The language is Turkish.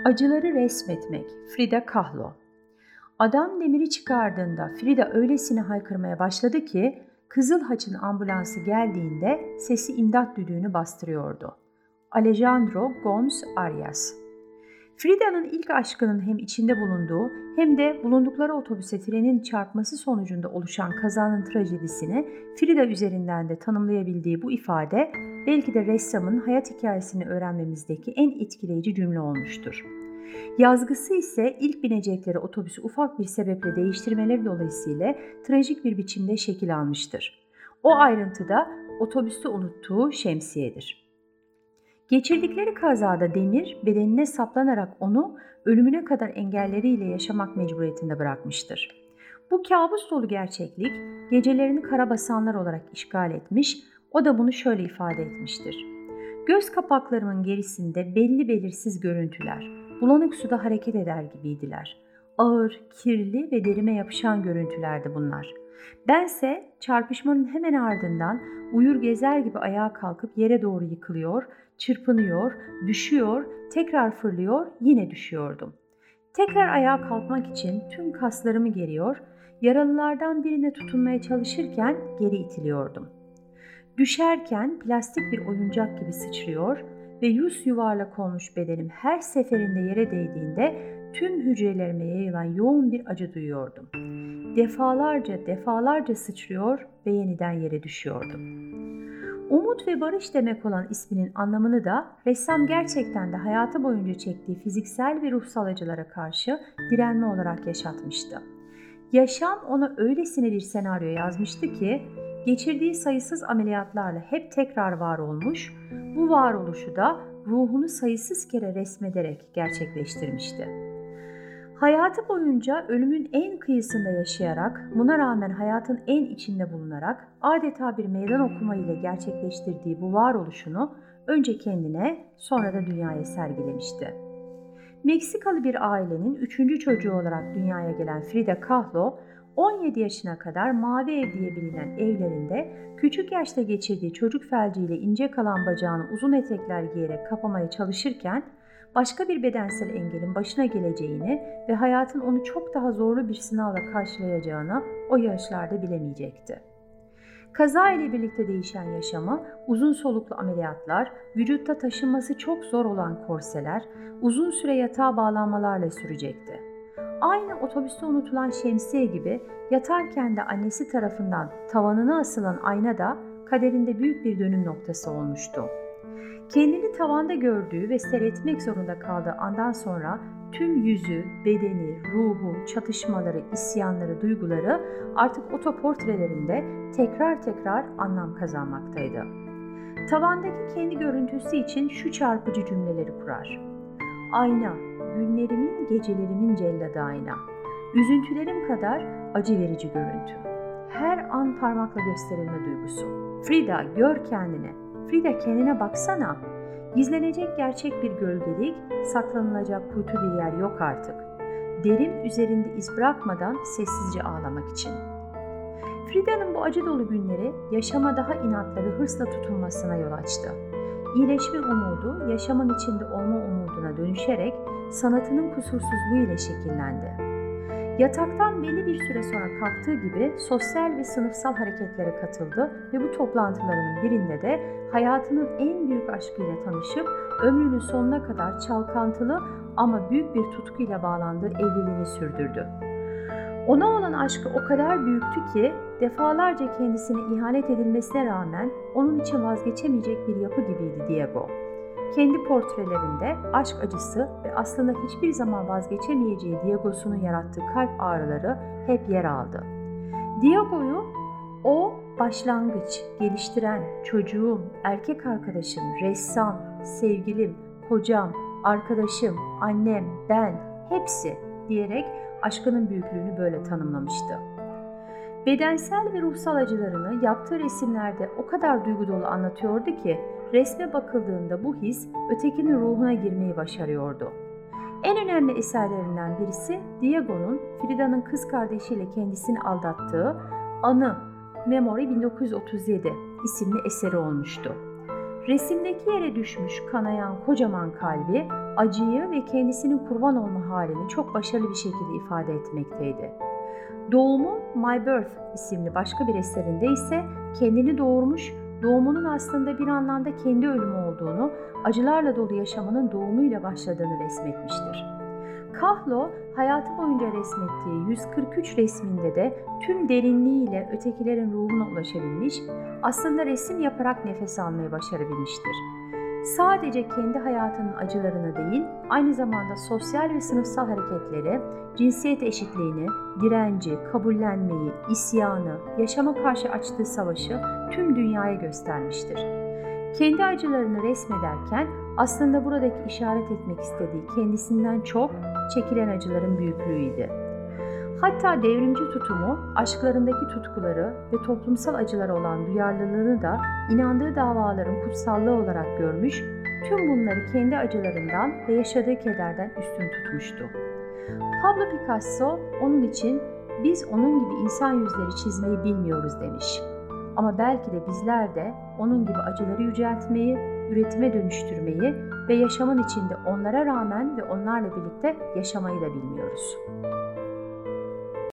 Acıları resmetmek. Frida Kahlo. Adam demiri çıkardığında Frida öylesine haykırmaya başladı ki Kızıl Haç'ın ambulansı geldiğinde sesi imdat düdüğünü bastırıyordu. Alejandro Gomes Arias. Frida'nın ilk aşkının hem içinde bulunduğu hem de bulundukları otobüse trenin çarpması sonucunda oluşan kazanın trajedisini Frida üzerinden de tanımlayabildiği bu ifade belki de ressamın hayat hikayesini öğrenmemizdeki en etkileyici cümle olmuştur. Yazgısı ise ilk binecekleri otobüsü ufak bir sebeple değiştirmeleri dolayısıyla trajik bir biçimde şekil almıştır. O ayrıntıda otobüste unuttuğu şemsiyedir. Geçirdikleri kazada demir bedenine saplanarak onu ölümüne kadar engelleriyle yaşamak mecburiyetinde bırakmıştır. Bu kabus dolu gerçeklik gecelerini karabasanlar olarak işgal etmiş, o da bunu şöyle ifade etmiştir. Göz kapaklarımın gerisinde belli belirsiz görüntüler, bulanık suda hareket eder gibiydiler. Ağır, kirli ve derime yapışan görüntülerdi bunlar. Bense çarpışmanın hemen ardından uyur gezer gibi ayağa kalkıp yere doğru yıkılıyor, çırpınıyor, düşüyor, tekrar fırlıyor, yine düşüyordum. Tekrar ayağa kalkmak için tüm kaslarımı geriyor, yaralılardan birine tutunmaya çalışırken geri itiliyordum. Düşerken plastik bir oyuncak gibi sıçrıyor ve yüz yuvarlak olmuş bedenim her seferinde yere değdiğinde tüm hücrelerime yayılan yoğun bir acı duyuyordum. Defalarca sıçrıyor ve yeniden yere düşüyordum. Umut ve barış demek olan isminin anlamını da ressam gerçekten de hayatı boyunca çektiği fiziksel ve ruhsal acılara karşı direnme olarak yaşatmıştı. Yaşam ona öylesine bir senaryo yazmıştı ki geçirdiği sayısız ameliyatlarla hep tekrar var olmuş, bu varoluşu da ruhunu sayısız kere resmederek gerçekleştirmişti. Hayatı boyunca ölümün en kıyısında yaşayarak, buna rağmen hayatın en içinde bulunarak adeta bir meydan okuma ile gerçekleştirdiği bu varoluşunu önce kendine sonra da dünyaya sergilemişti. Meksikalı bir ailenin 3. çocuğu olarak dünyaya gelen Frida Kahlo, 17 yaşına kadar Mavi Ev diye bilinen evlerinde küçük yaşta geçirdiği çocuk felciyle ince kalan bacağını uzun etekler giyerek kapamaya çalışırken başka bir bedensel engelin başına geleceğini ve hayatın onu çok daha zorlu bir sınavla karşılayacağını o yaşlarda bilemeyecekti. Kaza ile birlikte değişen yaşamı, uzun soluklu ameliyatlar, vücutta taşınması çok zor olan korseler, uzun süre yatağa bağlanmalarla sürecekti. Aynı otobüste unutulan şemsiye gibi yatarken de annesi tarafından tavanına asılan ayna da kaderinde büyük bir dönüm noktası olmuştu. Kendini tavanda gördüğü ve seyretmek zorunda kaldığı andan sonra tüm yüzü, bedeni, ruhu, çatışmaları, isyanları, duyguları artık otoportrelerinde tekrar anlam kazanmaktaydı. Tavandaki kendi görüntüsü için şu çarpıcı cümleleri kurar. Ayna, günlerimin, gecelerimin celladı ayna. Üzüntülerim kadar acı verici görüntü. Her an parmakla gösterilme duygusu. Frida, gör kendini. Frida, kendine baksana. Gizlenecek gerçek bir gölgelik, saklanılacak kuytu bir yer yok artık. Derim üzerinde iz bırakmadan sessizce ağlamak için. Frida'nın bu acı dolu günleri yaşama daha inatla ve hırsla tutunmasına yol açtı. İyileşme umudu, yaşamın içinde olma umuduna dönüşerek sanatının kusursuzluğu ile şekillendi. Yataktan belli bir süre sonra kalktığı gibi sosyal ve sınıfsal hareketlere katıldı ve bu toplantıların birinde de hayatının en büyük aşkıyla tanışıp ömrünün sonuna kadar çalkantılı ama büyük bir tutkuyla bağlandığı evliliğini sürdürdü. Ona olan aşkı o kadar büyüktü ki defalarca kendisine ihanet edilmesine rağmen onun için vazgeçemeyecek bir yapı gibiydi Diego. Kendi portrelerinde aşk acısı ve aslında hiçbir zaman vazgeçemeyeceği Diego'sunun yarattığı kalp ağrıları hep yer aldı. Diego'yu o başlangıç, geliştiren, çocuğum, erkek arkadaşım, ressam, sevgilim, kocam, arkadaşım, annem, ben, hepsi diyerek aşkının büyüklüğünü böyle tanımlamıştı. Bedensel ve ruhsal acılarını yaptığı resimlerde o kadar duygu dolu anlatıyordu ki resme bakıldığında bu his ötekinin ruhuna girmeyi başarıyordu. En önemli eserlerinden birisi Diego'nun Frida'nın kız kardeşiyle kendisini aldattığı Anı, Memory 1937 isimli eseri olmuştu. Resimdeki yere düşmüş kanayan kocaman kalbi, acıyı ve kendisinin kurban olma halini çok başarılı bir şekilde ifade etmekteydi. Doğumu My Birth isimli başka bir eserinde ise kendini doğurmuş, doğumunun aslında bir anlamda kendi ölümü olduğunu, acılarla dolu yaşamının doğumuyla başladığını resmetmiştir. Kahlo, hayatı boyunca resmettiği 143 resminde de tüm derinliğiyle ötekilerin ruhuna ulaşabilmiş, aslında resim yaparak nefes almayı başarabilmiştir. Sadece kendi hayatının acılarını değil, aynı zamanda sosyal ve sınıfsal hareketleri, cinsiyet eşitliğini, direnci, kabullenmeyi, isyanı, yaşama karşı açtığı savaşı tüm dünyaya göstermiştir. Kendi acılarını resmederken aslında buradaki işaret etmek istediği kendisinden çok çekilen acıların büyüklüğüydü. Hatta devrimci tutumu, aşklarındaki tutkuları ve toplumsal acılara olan duyarlılığını da inandığı davaların kutsallığı olarak görmüş, tüm bunları kendi acılarından ve yaşadığı kederden üstün tutmuştu. Pablo Picasso onun için biz onun gibi insan yüzleri çizmeyi bilmiyoruz demiş. Ama belki de bizler de onun gibi acıları yüceltmeyi, üretime dönüştürmeyi ve yaşamın içinde onlara rağmen ve onlarla birlikte yaşamayı da bilmiyoruz.